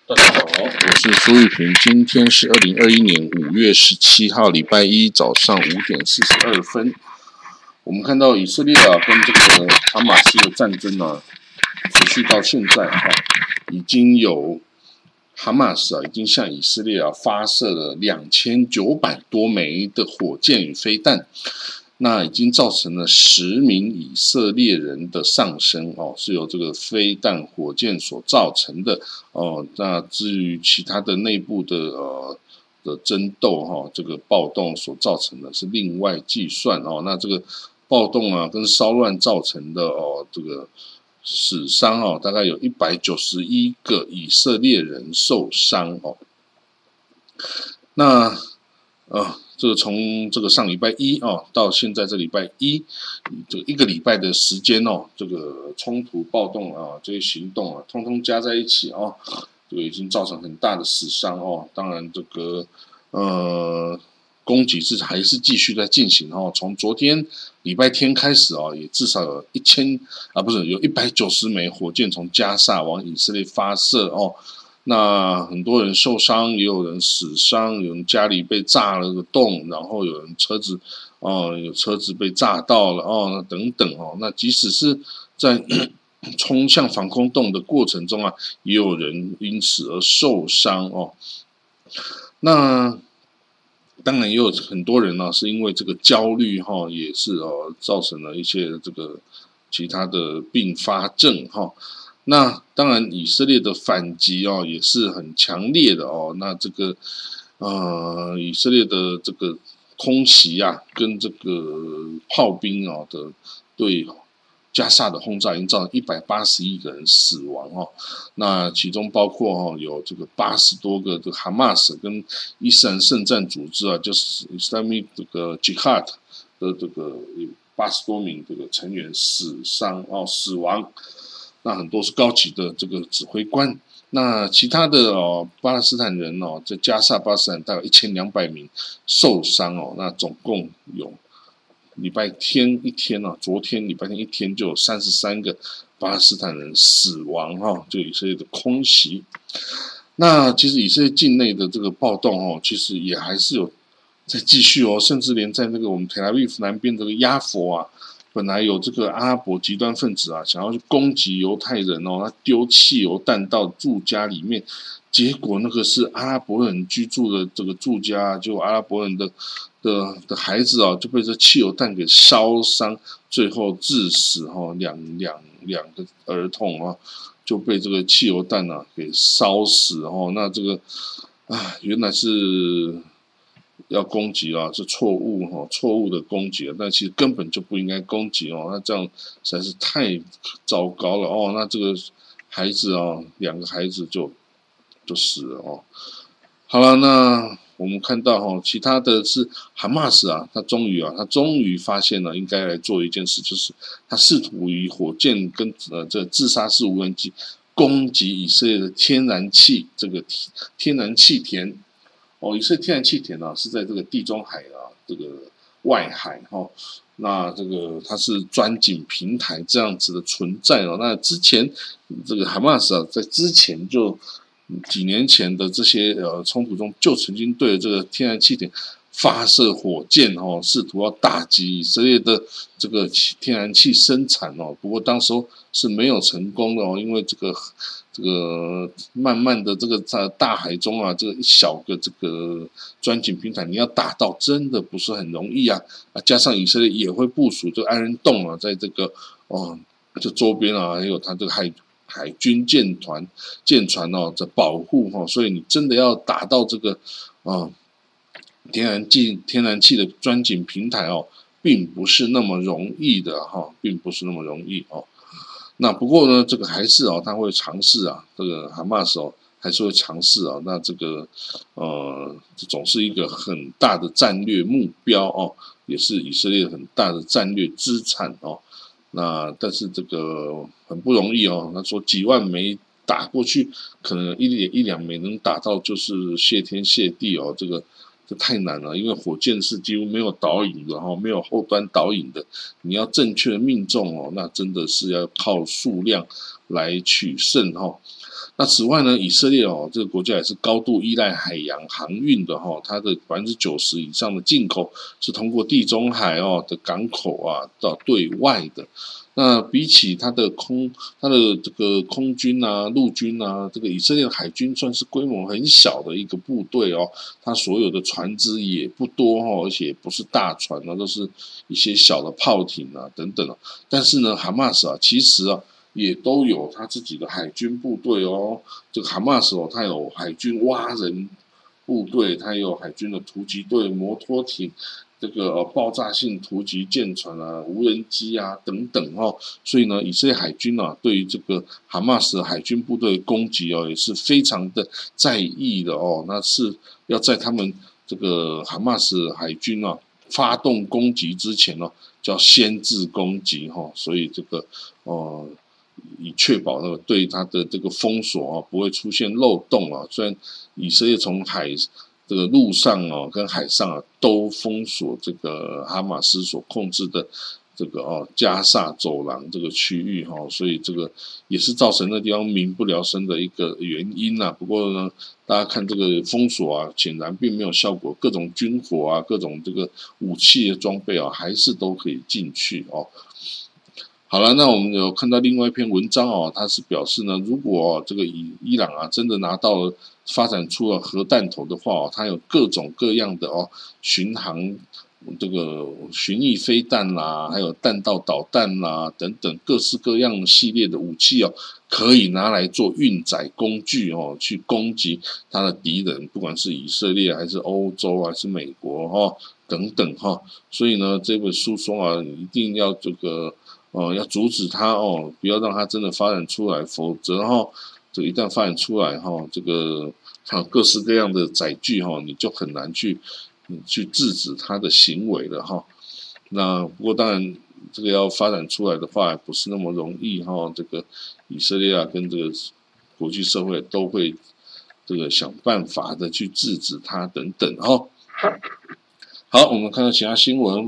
大家好，我是苏玉平。今天是2021年5月17号，礼拜一早上5点42分。我们看到以色列跟这个哈马斯的战争持续到现在已经有哈马斯已经向以色列发射了2900多枚的火箭与飞弹。那已经造成了10名以色列人的丧生是由这个飞弹火箭所造成的那至于其他的内部的争斗这个暴动所造成的是另外计算那这个暴动跟骚乱造成的这个死伤大概有191个以色列人受伤那这个从这个上礼拜一到现在这礼拜一，这个一个礼拜的时间这个冲突暴动这些行动通通加在一起这个已经造成很大的死伤当然这个攻击还是继续在进行从昨天礼拜天开始也至少有有190枚火箭从加萨往以色列发射那很多人受伤，也有人死伤，有人家里被炸了个洞，然后有人有车子被炸到了等等那即使是在冲向防空洞的过程中也有人因此而受伤那当然也有很多人是因为这个焦虑也是造成了一些这个其他的并发症那当然以色列的反击也是很强烈的那这个以色列的这个空袭跟这个炮兵的对加萨的轰炸已经造成181个人死亡那其中包括有这个80多个这个哈马斯跟伊斯兰圣战组织就是 Islamic 这个 Jihad 的这个80多名这个成员死亡那很多是高级的这个指挥官，那其他的巴勒斯坦人在加萨巴勒斯坦大概1200名受伤那总共有礼拜天一天昨天礼拜天一天就有33个巴勒斯坦人死亡就以色列的空袭。那其实以色列境内的这个暴动其实也还是有在继续甚至连在那个我们特拉维夫南边这个亚佛本来有这个阿拉伯极端分子想要去攻击犹太人他丢汽油弹到住家里面，结果那个是阿拉伯人居住的这个住家，就阿拉伯人的孩子就被这汽油弹给烧伤，最后致死两个儿童就被这个汽油弹给烧死那这个原来是要攻击是错误的攻击但其实根本就不应该攻击那这样实在是太糟糕了那这个孩子两个孩子就死了好了，那我们看到其他的是哈马斯他终于发现了应该来做一件事，就是他试图以火箭跟这自杀式无人机攻击以色列的天然气这个天然气田以色列天然气田是在这个地中海这个外海那这个它是钻井平台这样子的存在那之前这个哈马斯在之前就几年前的这些冲突中就曾经对这个天然气田发射火箭试图要打击以色列的这个天然气生产不过当时候是没有成功的因为这个慢慢的这个在大海中这个一小个这个钻井平台你要打到真的不是很容易加上以色列也会部署这个爱人洞在这个这周边还有它这个海军舰船在保护所以你真的要打到这个天然气的钻井平台并不是那么容易的并不是那么容易那不过呢这个还是他会尝试这个哈马斯还是会尝试那这个这总是一个很大的战略目标也是以色列很大的战略资产那但是这个很不容易他说几万枚打过去，可能一两枚能打到就是谢天谢地这太难了，因为火箭是几乎没有导引的没有后端导引的，你要正确的命中那真的是要靠数量来取胜那此外呢，以色列这个国家也是高度依赖海洋航运的它的90%以上的进口是通过地中海的港口到对外的。那比起它的这个空军陆军这个以色列的海军算是规模很小的一个部队它所有的船只也不多而且不是大船都是一些小的炮艇等等但是呢，哈马斯其实也都有他自己的海军部队这个哈马斯它有海军蛙人部队，它有海军的突击队、摩托艇。这个爆炸性突击舰船无人机等等所以呢，以色列海军对于这个哈马斯的海军部队攻击也是非常的在意的那是要在他们这个哈马斯海军发动攻击之前叫先制攻击所以这个以确保对它的这个封锁不会出现漏洞虽然以色列从这个陆上跟海上都封锁这个哈马斯所控制的这个加萨走廊这个区域所以这个也是造成那地方民不聊生的一个原因不过呢，大家看这个封锁显然并没有效果，各种军火各种这个武器的装备还是都可以进去好了，那我们有看到另外一篇文章它是表示呢，如果这个伊朗真的拿到了发展出了核弹头的话它有各种各样的巡航这个巡弋飞弹还有弹道导弹等等各式各样系列的武器可以拿来做运载工具去攻击他的敌人，不管是以色列还是欧洲还是美国等等所以呢，这本书说一定要这个要阻止它不要让它真的发展出来，否则这一旦发展出来这个各式各样的载具你就很难去制止它的行为了那不过当然这个要发展出来的话不是那么容易这个以色列跟这个国际社会都会这个想办法的去制止它等等好，我们看到其他新闻。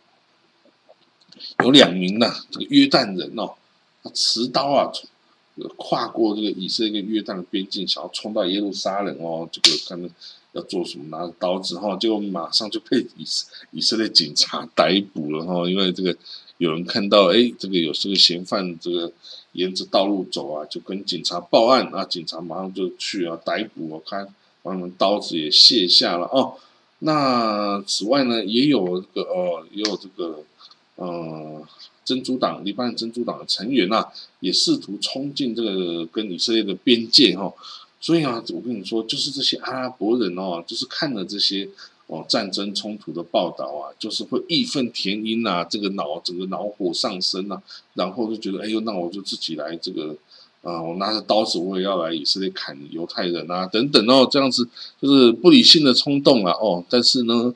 有2名这个约旦人他持刀跨过这个以色列跟约旦的边境，想要冲到耶路撒冷这个看要做什么，拿着刀子结果马上就被以色列警察逮捕了因为这个有人看到这个有这个嫌犯这个沿着道路走就跟警察报案警察马上就去逮捕看把他们刀子也卸下了那此外呢，也有这个真主党黎巴嫩真主党的成员也试图冲进这个跟以色列的边界所以我跟你说，就是这些阿拉伯人就是看了这些战争冲突的报道就是会义愤填膺这个整个恼火上升然后就觉得那我就自己来这个我拿着刀子我也要来以色列砍犹太人等等这样子就是不理性的冲动但是呢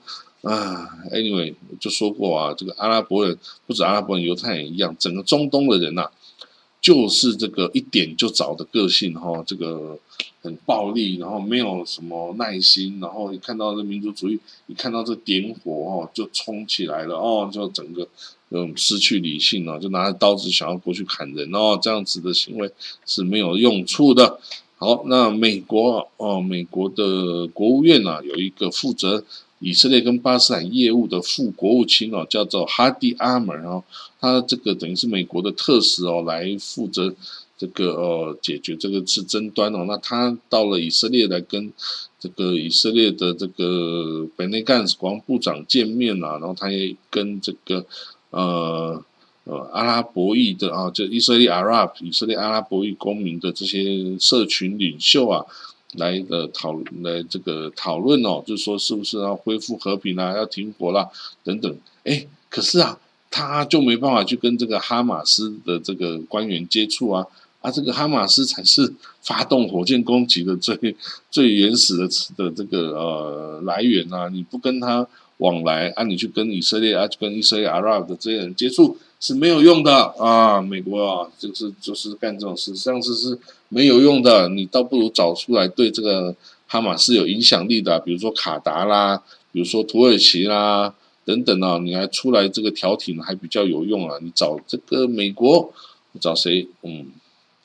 anyway 我就说过这个阿拉伯人不止阿拉伯人，犹太人一样，整个中东的人就是这个一点就着的个性这个很暴力，然后没有什么耐心，然后一看到这民族主义，一看到这点火就冲起来了就整个失去理性就拿着刀子想要过去砍人这样子的行为是没有用处的。好，那美国的国务院有一个负责以色列跟巴勒斯坦业务的副国务卿叫做哈迪阿门他这个等于是美国的特使来负责这个解决这个次争端那他到了以色列来跟这个以色列的这个本内干国防部长见面然后他也跟这个阿拉伯裔的就以色列阿拉伯裔公民的这些社群领袖来这个讨论就是说是不是要恢复和平要停火等等可是他就没办法去跟这个哈马斯的这个官员接触这个哈马斯才是发动火箭攻击的最原始的这个来源你不跟他往来你去跟以色列跟以色列阿拉伯的这些人接触是没有用的美国就是干这种事，实际上是没有用的，你倒不如找出来对这个哈马斯有影响力的比如说卡达啦，比如说土耳其啦等等你还出来这个调停还比较有用你找这个美国找谁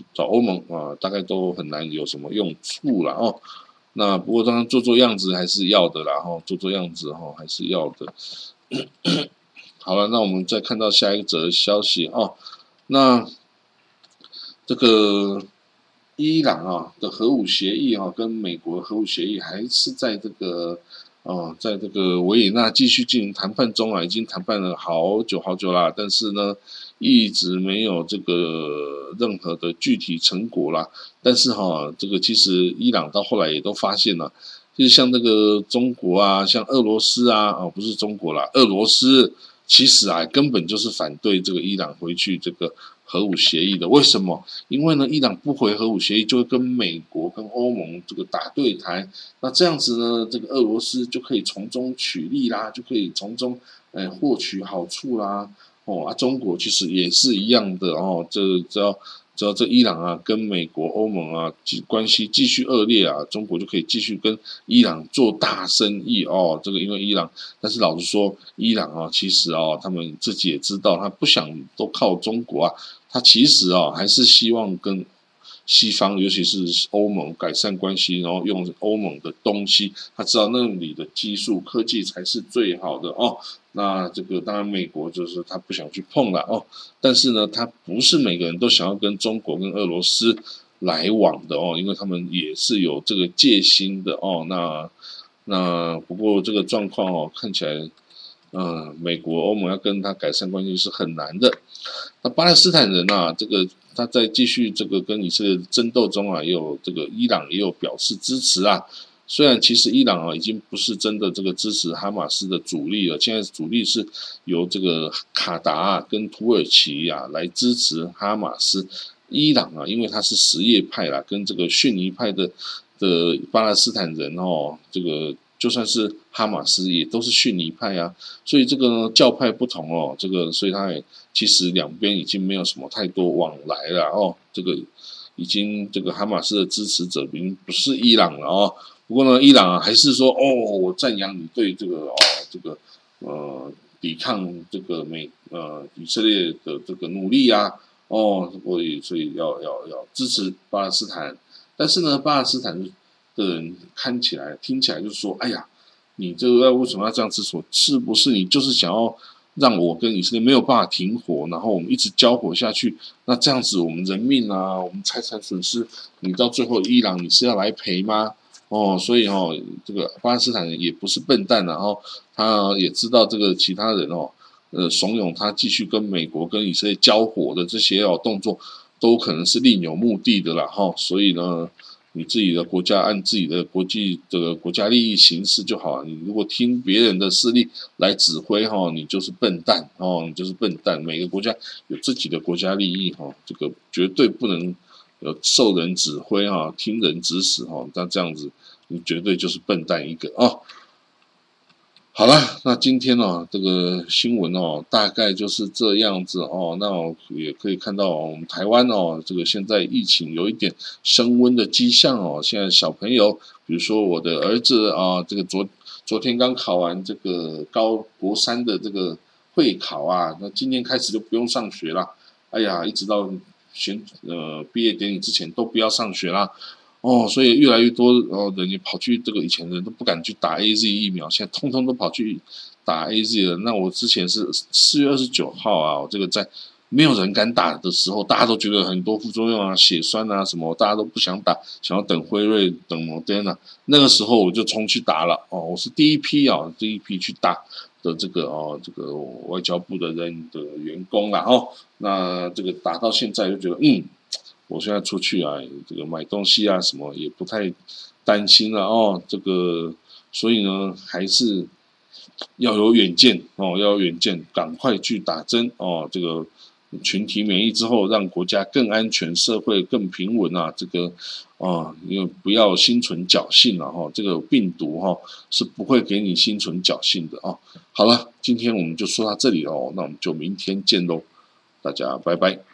找欧盟啊，大概都很难有什么用处了哦。那不过当然做样子还是要的啦，做样子还是要的。好了，那我们再看到下一则消息哦。那这个伊朗的核武协议跟美国核武协议还是在在这个维也纳继续进行谈判中啊，已经谈判了好久好久啦，但是呢，一直没有这个任何的具体成果啦。但是这个其实伊朗到后来也都发现了，就是像这个中国啊，像俄罗斯啊，不是中国啦，俄罗斯其实根本就是反对这个伊朗回去这个核武协议的。为什么？因为呢，伊朗不回核武协议，就会跟美国跟欧盟这个打对台。那这样子呢，这个俄罗斯就可以从中取利啦，就可以从中获取好处啦。中国其实也是一样的只要这伊朗跟美国、欧盟关系继续恶劣中国就可以继续跟伊朗做大生意这个因为伊朗，但是老实说，伊朗其实他们自己也知道，他不想都靠中国他其实还是希望跟西方，尤其是欧盟改善关系，然后用欧盟的东西，他知道那里的技术科技才是最好的那这个当然美国就是他不想去碰了但是呢，他不是每个人都想要跟中国跟俄罗斯来往的因为他们也是有这个戒心的那不过这个状况看起来美国欧盟要跟他改善关系是很难的。那巴勒斯坦人这个他在继续这个跟以色列的争斗中也有这个伊朗也有表示支持虽然其实伊朗已经不是真的这个支持哈马斯的主力了，现在主力是由这个卡达跟土耳其来支持哈马斯。伊朗因为他是什叶派跟这个逊尼派的巴勒斯坦人这个就算是哈马斯也都是逊尼派所以这个呢教派不同这个所以他也其实两边已经没有什么太多往来了这个已经这个哈马斯的支持者已经不是伊朗了不过呢，伊朗还是说我赞扬你对这个抵抗这个以色列的这个努力所以要支持巴勒斯坦。但是呢，巴勒斯坦的人听起来就是说，哎呀，你这个为什么要这样支持我？是不是你就是想要让我跟以色列没有办法停火，然后我们一直交火下去？那这样子我们人命我们财产损失，你到最后伊朗你是要来赔吗？所以这个巴勒斯坦人也不是笨蛋然后他也知道这个其他人怂恿他继续跟美国跟以色列交火的这些动作，都可能是另有目的的啦所以呢，你自己的国家按自己的国家利益行事就好你如果听别人的势力来指挥你就是笨蛋你就是笨蛋。每个国家有自己的国家利益这个绝对不能受人指挥听人指使那这样子你绝对就是笨蛋一个好了，那今天这个新闻大概就是这样子那也可以看到我们台湾这个现在疫情有一点升温的迹象现在小朋友，比如说我的儿子这个昨天刚考完这个国3的这个会考那今天开始就不用上学了，哎呀，一直到毕业典礼之前都不要上学啦所以越来越多人也跑去这个以前的人都不敢去打 AZ 疫苗，现在通通都跑去打 AZ 了。那我之前是4月29号这个在没有人敢打的时候，大家都觉得很多副作用血栓什么，大家都不想打，想要等辉瑞等Moderna。那个时候我就冲去打了我是第一批去打的这个外交部的人的员工啦那这个打到现在就觉得我现在出去这个买东西什么也不太担心了这个所以呢还是要有远见要有远见，赶快去打针这个群体免疫之后，让国家更安全，社会更平稳这个因为不要心存侥幸这个病毒是不会给你心存侥幸的好了，今天我们就说到这里那我们就明天见喽，大家拜拜。